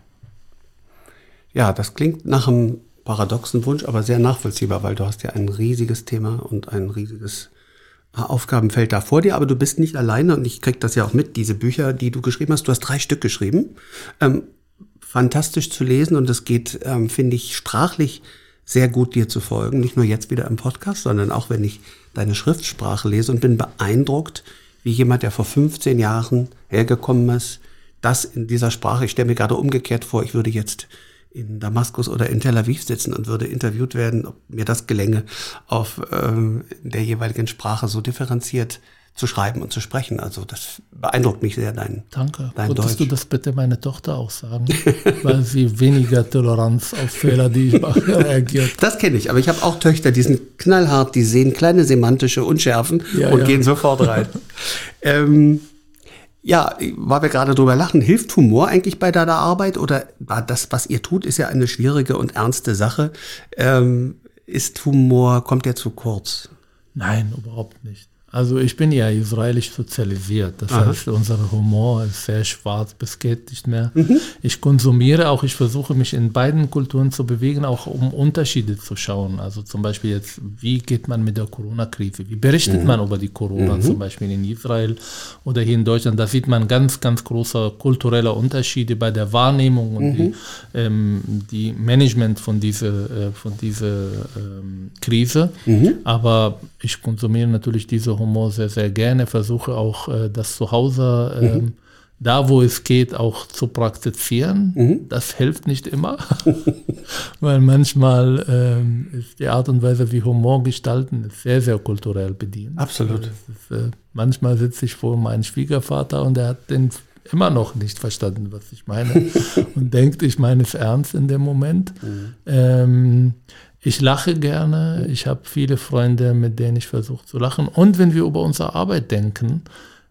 Ja, das klingt nach einem paradoxen Wunsch, aber sehr nachvollziehbar, weil du hast ja ein riesiges Thema und ein riesiges Aufgabenfeld da vor dir, aber du bist nicht alleine und ich kriege das ja auch mit, diese Bücher, die du geschrieben hast, du hast 3 Stück geschrieben, fantastisch zu lesen und es geht, finde ich, sprachlich sehr gut dir zu folgen, nicht nur jetzt wieder im Podcast, sondern auch, wenn ich deine Schriftsprache lese und bin beeindruckt, wie jemand, der vor 15 Jahren hergekommen ist, das in dieser Sprache, ich stelle mir gerade umgekehrt vor, ich würde jetzt in Damaskus oder in Tel Aviv sitzen und würde interviewt werden, ob mir das gelänge, auf der jeweiligen Sprache so differenziert zu schreiben und zu sprechen. Also das beeindruckt mich sehr, dein Danke. Dein Würdest Deutsch. Du das bitte meine Tochter auch sagen? Weil sie weniger Toleranz auf Fehler, die ich mache, reagiert. Das kenne ich, aber ich habe auch Töchter, die sind knallhart, die sehen kleine semantische Unschärfen und gehen sofort rein. Ja, weil wir gerade drüber lachen, hilft Humor eigentlich bei deiner Arbeit oder das, was ihr tut, ist ja eine schwierige und ernste Sache. Ist Humor, kommt der zu kurz? Nein, überhaupt nicht. Also ich bin ja israelisch sozialisiert, das heißt, unser Humor ist sehr schwarz, bis geht nicht mehr. Ich konsumiere auch, ich versuche mich in beiden Kulturen zu bewegen, auch um Unterschiede zu schauen. Also zum Beispiel jetzt, wie geht man mit der Corona-Krise, wie berichtet man über die Corona, zum Beispiel in Israel oder hier in Deutschland. Da sieht man ganz, ganz große kulturelle Unterschiede bei der Wahrnehmung und die Management von dieser Krise. Aber ich konsumiere natürlich diese Humor sehr, sehr gerne, versuche auch das zu Hause, da wo es geht, auch zu praktizieren. Das hilft nicht immer, weil manchmal ist die Art und Weise, wie Humor gestalten, ist sehr, sehr kulturell bedient. Absolut. Manchmal sitze ich vor meinem Schwiegervater und er hat den immer noch nicht verstanden, was ich meine und denkt, ich meine es ernst in dem Moment. Ich lache gerne, ich habe viele Freunde, mit denen ich versuche zu lachen. Und wenn wir über unsere Arbeit denken,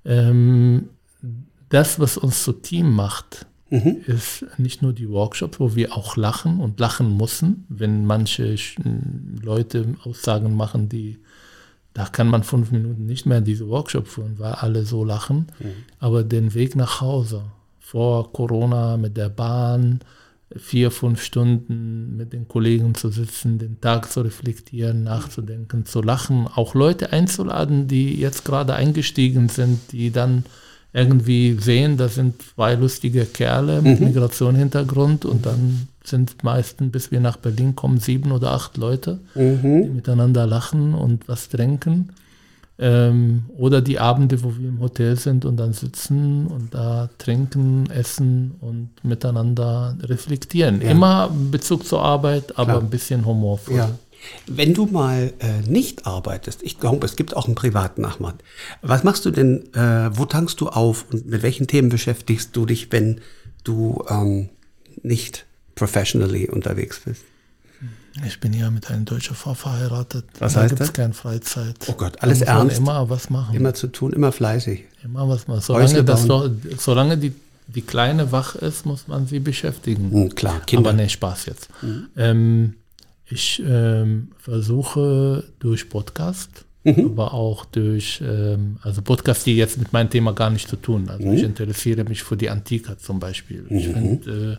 das, was uns zu Team macht, ist nicht nur die Workshops, wo wir auch lachen und lachen müssen, wenn manche Leute Aussagen machen, da kann man 5 Minuten nicht mehr diese Workshop führen, weil alle so lachen. Aber den Weg nach Hause, vor Corona mit der Bahn, 4-5 Stunden mit den Kollegen zu sitzen, den Tag zu reflektieren, nachzudenken, zu lachen, auch Leute einzuladen, die jetzt gerade eingestiegen sind, die dann irgendwie sehen, das sind 2 lustige Kerle mit Migrationshintergrund und dann sind meistens, bis wir nach Berlin kommen, 7 oder 8 Leute, die miteinander lachen und was trinken. Oder die Abende, wo wir im Hotel sind und dann sitzen und da trinken, essen und miteinander reflektieren. Ja. Immer in Bezug zur Arbeit, aber Klar. ein bisschen humorvoll. Ja. Wenn du mal nicht arbeitest, ich glaube, es gibt auch einen privaten Ahmad. Was machst du denn, wo tankst du auf und mit welchen Themen beschäftigst du dich, wenn du nicht professionally unterwegs bist? Ich bin ja mit einer deutschen Frau verheiratet. Was da heißt gibt es das? keine Freizeit. Oh Gott, alles da muss man ernst? immer was machen. Immer zu tun, immer fleißig. Immer was machen. Häusle Solange die Kleine wach ist, muss man sie beschäftigen. Klar, Kinder. Aber nee, Spaß jetzt. Ich versuche durch Podcast, aber auch durch, also Podcasts, die jetzt mit meinem Thema gar nichts zu tun. Also ich interessiere mich für die Antike zum Beispiel. Ich finde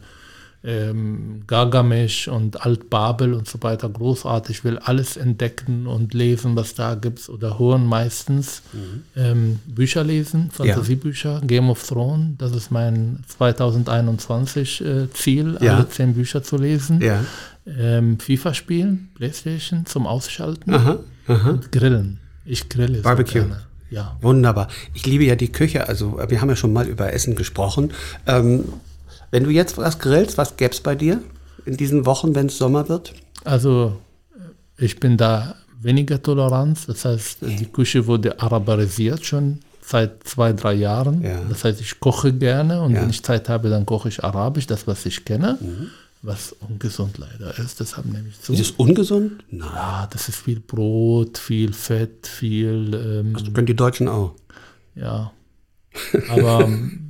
Gargamesch und Altbabel und so weiter großartig. Ich will alles entdecken und lesen, was da gibt oder hören meistens. Bücher lesen, Fantasiebücher, Game of Thrones, das ist mein 2021 Ziel, alle 10 Bücher zu lesen. Ja. FIFA spielen, Playstation zum Ausschalten Aha. und grillen. Ich grille Barbecue. so gerne. Ja. Wunderbar. Ich liebe ja die Küche, also wir haben ja schon mal über Essen gesprochen. Wenn du jetzt was grillst, was gäbe es bei dir in diesen Wochen, wenn es Sommer wird? Also ich bin da weniger Toleranz, das heißt, die Küche wurde araberisiert schon seit 2-3 Jahren. Ja. Das heißt, ich koche gerne und Ja. wenn ich Zeit habe, dann koche ich arabisch, das, was ich kenne, was ungesund leider ist. Deshalb nehme ich zu. Ist es ungesund? Nein. Ja, das ist viel Brot, viel Fett, viel, Das können die Deutschen auch. ja, aber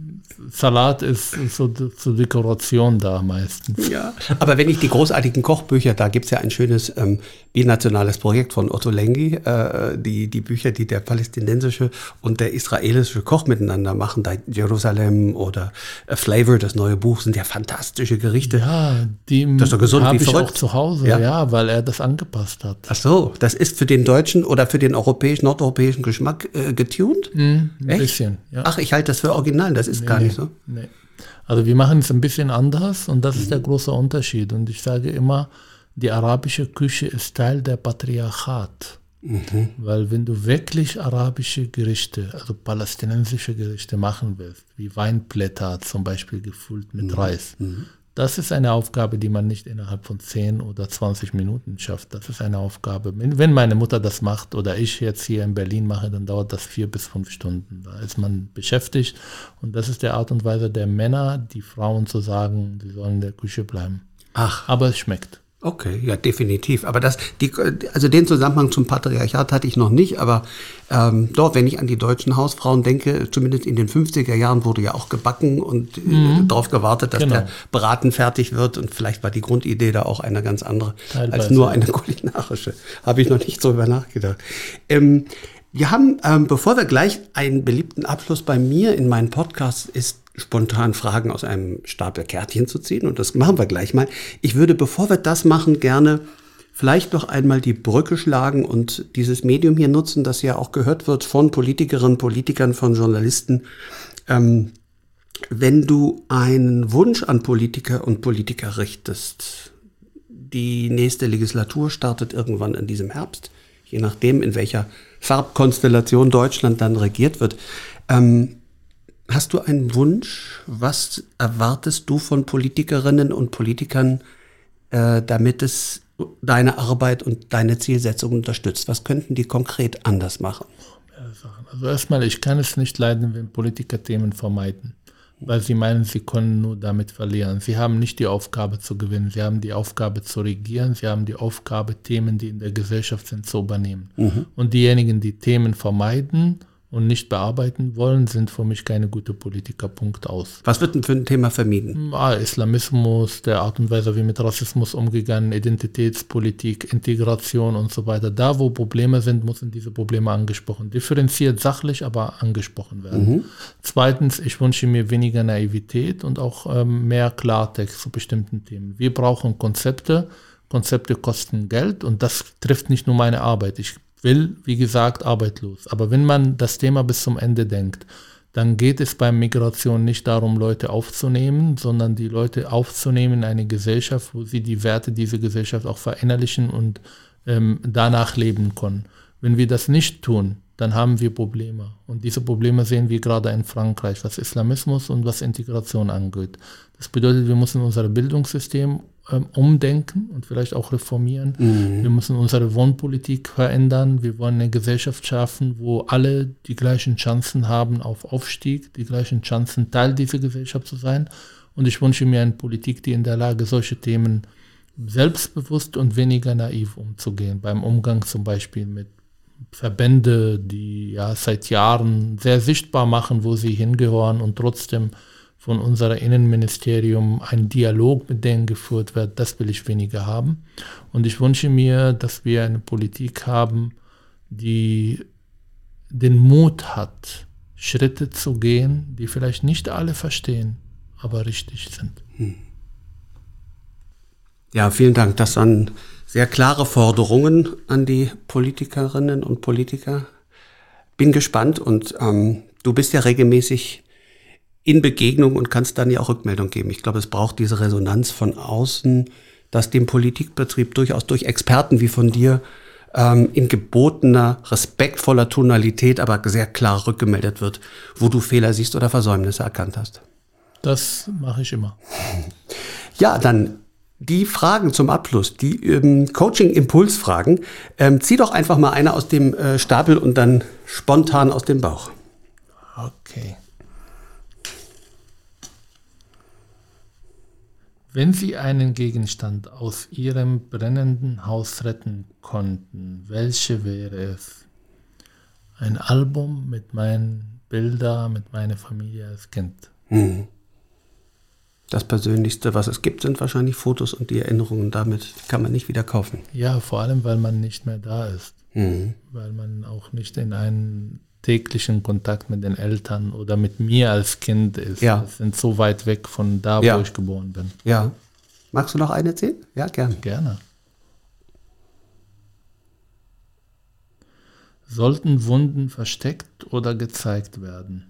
Salat ist so zur Dekoration da meistens. Ja, aber wenn ich die großartigen Kochbücher, da gibt es ja ein schönes binationales Projekt von Otto Lengi, die Bücher, die der palästinensische und der israelische Koch miteinander machen, da Jerusalem oder Flavor, das neue Buch, sind ja fantastische Gerichte. Ja, die Das ist doch gesund wie habe ich verrückt. auch zu Hause, Ja. ja, weil er das angepasst hat. Ach so, das ist für den deutschen oder für den nordeuropäischen Geschmack getuned? Ein Echt? bisschen, ja. Ach, ich halte das für original, das ist gar nicht so. Nee. Also wir machen es ein bisschen anders und das ist der große Unterschied. Und ich sage immer, die arabische Küche ist Teil der Patriarchat. Weil wenn du wirklich arabische Gerichte, also palästinensische Gerichte machen willst, wie Weinblätter zum Beispiel gefüllt mit Reis, das ist eine Aufgabe, die man nicht innerhalb von 10 oder 20 Minuten schafft. Das ist eine Aufgabe. Wenn meine Mutter das macht oder ich jetzt hier in Berlin mache, dann dauert das 4 bis 5 Stunden. Da ist man beschäftigt und das ist die Art und Weise der Männer, die Frauen zu sagen, sie sollen in der Küche bleiben. Ach. Aber es schmeckt. Okay, ja, definitiv. Aber also den Zusammenhang zum Patriarchat hatte ich noch nicht, aber doch, wenn ich an die deutschen Hausfrauen denke, zumindest in den 50er Jahren wurde ja auch gebacken und darauf gewartet, dass der Braten fertig wird und vielleicht war die Grundidee da auch eine ganz andere Teilweise. als nur eine kulinarische. Habe ich noch nicht so drüber nachgedacht. Wir haben, bevor wir gleich einen beliebten Abschluss bei mir in meinen Podcast ist, spontan Fragen aus einem Stapel Kärtchen zu ziehen und das machen wir gleich mal. Ich würde, bevor wir das machen, gerne vielleicht noch einmal die Brücke schlagen und dieses Medium hier nutzen, das ja auch gehört wird von Politikerinnen, Politikern, von Journalisten. Wenn du einen Wunsch an Politiker und Politiker richtest, die nächste Legislatur startet irgendwann in diesem Herbst, je nachdem, in welcher Farbkonstellation Deutschland dann regiert wird. Hast du einen Wunsch? Was erwartest du von Politikerinnen und Politikern, damit es deine Arbeit und deine Zielsetzung unterstützt? Was könnten die konkret anders machen? Also erstmal, ich kann es nicht leiden, wenn Politiker Themen vermeiden, weil sie meinen, sie können nur damit verlieren. Sie haben nicht die Aufgabe zu gewinnen, sie haben die Aufgabe zu regieren, sie haben die Aufgabe, Themen, die in der Gesellschaft sind, zu übernehmen. Und diejenigen, die Themen vermeiden und nicht bearbeiten wollen, sind für mich keine gute Politiker. Punkt aus. Was wird denn für ein Thema vermieden? Islamismus, der Art und Weise, wie mit Rassismus umgegangen, Identitätspolitik, Integration und so weiter. Da, wo Probleme sind, müssen diese Probleme angesprochen, differenziert, sachlich, aber angesprochen werden. Zweitens, ich wünsche mir weniger Naivität und auch mehr Klartext zu bestimmten Themen. Wir brauchen Konzepte. Konzepte kosten Geld und das trifft nicht nur meine Arbeit. Ich will, wie gesagt, arbeitslos. Aber wenn man das Thema bis zum Ende denkt, dann geht es bei Migration nicht darum, Leute aufzunehmen, sondern die Leute aufzunehmen in eine Gesellschaft, wo sie die Werte dieser Gesellschaft auch verinnerlichen und danach leben können. Wenn wir das nicht tun, dann haben wir Probleme. Und diese Probleme sehen wir gerade in Frankreich, was Islamismus und was Integration angeht. Das bedeutet, wir müssen unser Bildungssystem umdenken und vielleicht auch reformieren. Wir müssen unsere Wohnpolitik verändern. Wir wollen eine Gesellschaft schaffen, wo alle die gleichen Chancen haben auf Aufstieg, die gleichen Chancen, Teil dieser Gesellschaft zu sein. Und ich wünsche mir eine Politik, die in der Lage, solche Themen selbstbewusst und weniger naiv umzugehen. Beim Umgang zum Beispiel mit Verbände, die ja seit Jahren sehr sichtbar machen, wo sie hingehören und trotzdem von unserem Innenministerium ein Dialog mit denen geführt wird, das will ich weniger haben. Und ich wünsche mir, dass wir eine Politik haben, die den Mut hat, Schritte zu gehen, die vielleicht nicht alle verstehen, aber richtig sind. Ja, vielen Dank. Das waren sehr klare Forderungen an die Politikerinnen und Politiker. Bin gespannt und du bist ja regelmäßig in Begegnung und kannst dann ja auch Rückmeldung geben. Ich glaube, es braucht diese Resonanz von außen, dass dem Politikbetrieb durchaus durch Experten wie von dir in gebotener, respektvoller Tonalität, aber sehr klar rückgemeldet wird, wo du Fehler siehst oder Versäumnisse erkannt hast. Das mache ich immer. Ja, dann die Fragen zum Abschluss, die Coaching-Impulsfragen. Zieh doch einfach mal eine aus dem Stapel und dann spontan aus dem Bauch. Okay. Wenn Sie einen Gegenstand aus Ihrem brennenden Haus retten konnten, welche wäre es? Ein Album mit meinen Bildern, mit meiner Familie als Kind. Das Persönlichste, was es gibt, sind wahrscheinlich Fotos und die Erinnerungen. Damit kann man nicht wieder kaufen. Ja, vor allem, weil man nicht mehr da ist. Weil man auch nicht in einen täglichen Kontakt mit den Eltern oder mit mir als Kind ist. Ja. Wir sind so weit weg von da, wo ich geboren bin. Ja. Magst du noch eine erzählen? Ja, gerne. Gerne. Sollten Wunden versteckt oder gezeigt werden?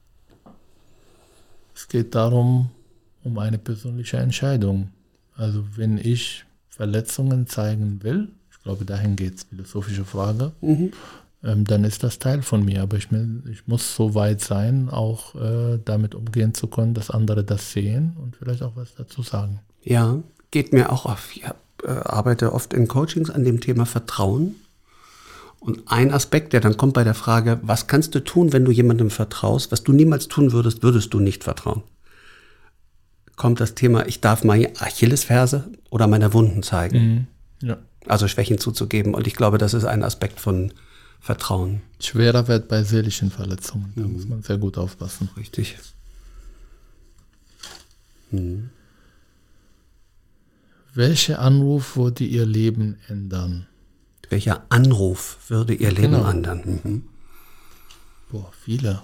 Es geht darum, um eine persönliche Entscheidung. Also wenn ich Verletzungen zeigen will, ich glaube, dahin geht es, philosophische Frage, dann ist das Teil von mir. Aber ich muss so weit sein, auch damit umgehen zu können, dass andere das sehen und vielleicht auch was dazu sagen. Ja, geht mir auch auf. Ich arbeite oft in Coachings an dem Thema Vertrauen. Und ein Aspekt, der dann kommt bei der Frage, was kannst du tun, wenn du jemandem vertraust, was du niemals tun würdest, würdest du nicht vertrauen. Kommt das Thema, ich darf meine Achillesferse oder meine Wunden zeigen. Ja. Also Schwächen zuzugeben. Und ich glaube, das ist ein Aspekt von Vertrauen. Schwerer wird bei seelischen Verletzungen. Da muss man sehr gut aufpassen. Richtig. Welcher Anruf würde Ihr Leben ändern? Welcher Anruf würde Ihr Leben ändern? Boah, viele.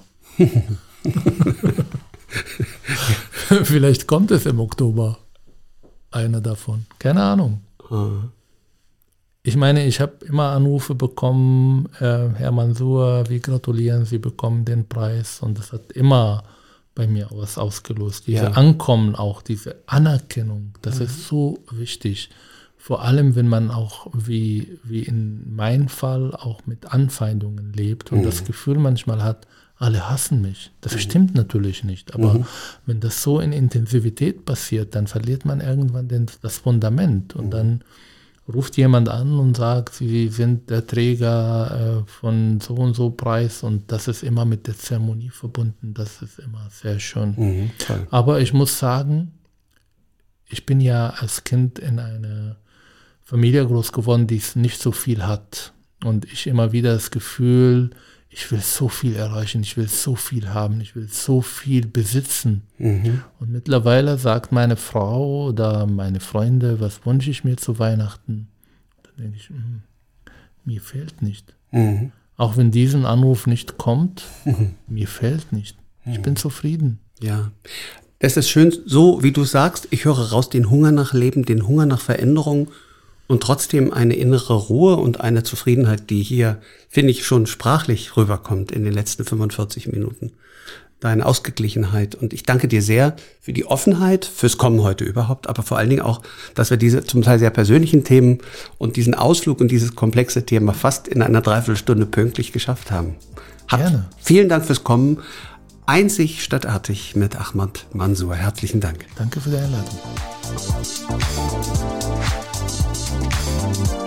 Vielleicht kommt es im Oktober. Einer davon. Keine Ahnung. Ich meine, ich habe immer Anrufe bekommen, Herr Mansour, wir gratulieren, Sie bekommen den Preis. Und das hat immer bei mir was ausgelöst. Diese Ankommen auch, diese Anerkennung, das ist so wichtig. Vor allem, wenn man auch, wie in meinem Fall, auch mit Anfeindungen lebt und das Gefühl manchmal hat, alle hassen mich. Das stimmt natürlich nicht. Aber wenn das so in Intensivität passiert, dann verliert man irgendwann das Fundament. Und dann ruft jemand an und sagt, Sie sind der Träger von so und so Preis. Und das ist immer mit der Zeremonie verbunden. Das ist immer sehr schön. Aber ich muss sagen, ich bin ja als Kind in einer Familie groß geworden, die es nicht so viel hat. Und ich immer wieder das Gefühl, ich will so viel erreichen, ich will so viel haben, ich will so viel besitzen. Und mittlerweile sagt meine Frau oder meine Freunde, was wünsche ich mir zu Weihnachten? Dann denke ich, mir fehlt nicht. Auch wenn diesen Anruf nicht kommt, mir fehlt nicht. Ich bin zufrieden. Ja, das ist schön, so wie du sagst, ich höre raus den Hunger nach Leben, den Hunger nach Veränderung und trotzdem eine innere Ruhe und eine Zufriedenheit, die hier, finde ich, schon sprachlich rüberkommt in den letzten 45 Minuten. deine Ausgeglichenheit. Und ich danke dir sehr für die Offenheit, fürs Kommen heute überhaupt, aber vor allen Dingen auch, dass wir diese zum Teil sehr persönlichen Themen und diesen Ausflug und dieses komplexe Thema fast in einer Dreiviertelstunde pünktlich geschafft haben. Gerne. Vielen Dank fürs Kommen. Einzig statt artig mit Ahmad Mansour. Herzlichen Dank. Danke für die Einladung.